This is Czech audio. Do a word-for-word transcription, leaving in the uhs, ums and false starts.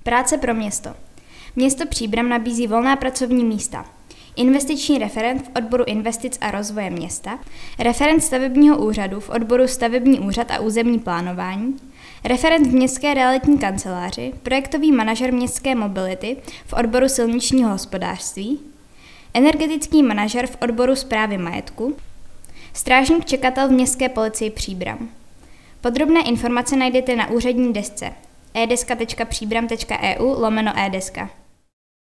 Práce pro město. Město Příbram nabízí volná pracovní místa. Investiční referent v odboru investic a rozvoje města, referent stavebního úřadu v odboru stavební úřad a územní plánování, referent v městské realitní kanceláři, projektový manažer městské mobility v odboru silničního hospodářství, energetický manažer v odboru správy majetku, strážník čekatel v městské policii Příbram. Podrobné informace najdete na úřední desce e deska tečka příbram tečka e u lomeno e deska.